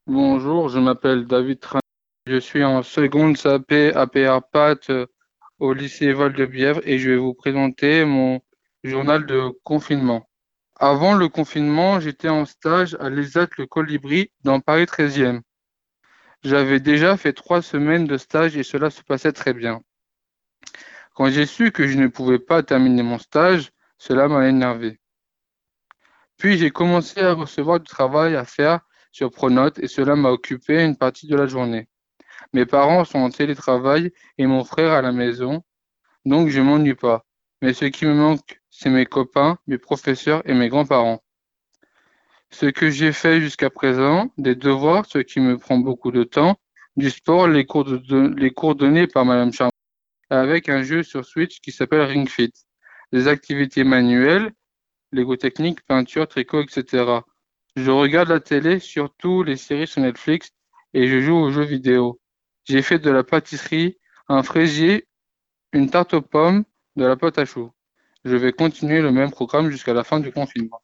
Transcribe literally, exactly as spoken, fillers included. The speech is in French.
Bonjour, je m'appelle David Tran. Je suis en seconde S A P A P R Pat euh, au lycée Val-de-Bièvre et je vais vous présenter mon journal de confinement. Avant le confinement, j'étais en stage à l'E S A T Le Colibri dans Paris treizième. J'avais déjà fait trois semaines de stage et cela se passait très bien. Quand j'ai su que je ne pouvais pas terminer mon stage, cela m'a énervé. Puis j'ai commencé à recevoir du travail à faire sur Pronote et cela m'a occupé une partie de la journée. Mes parents sont en télétravail et mon frère à la maison, donc je m'ennuie pas. Mais ce qui me manque, c'est mes copains, mes professeurs et mes grands-parents. Ce que j'ai fait jusqu'à présent, des devoirs, ce qui me prend beaucoup de temps, du sport, les cours, de, de- les cours donnés par Madame Charmant, avec un jeu sur Switch qui s'appelle Ring Fit, des activités manuelles, Lego technique, peinture, tricot, et cetera. Je regarde la télé, surtout les séries sur Netflix, et je joue aux jeux vidéo. J'ai fait de la pâtisserie, un fraisier, une tarte aux pommes, de la pâte à choux. Je vais continuer le même programme jusqu'à la fin du confinement.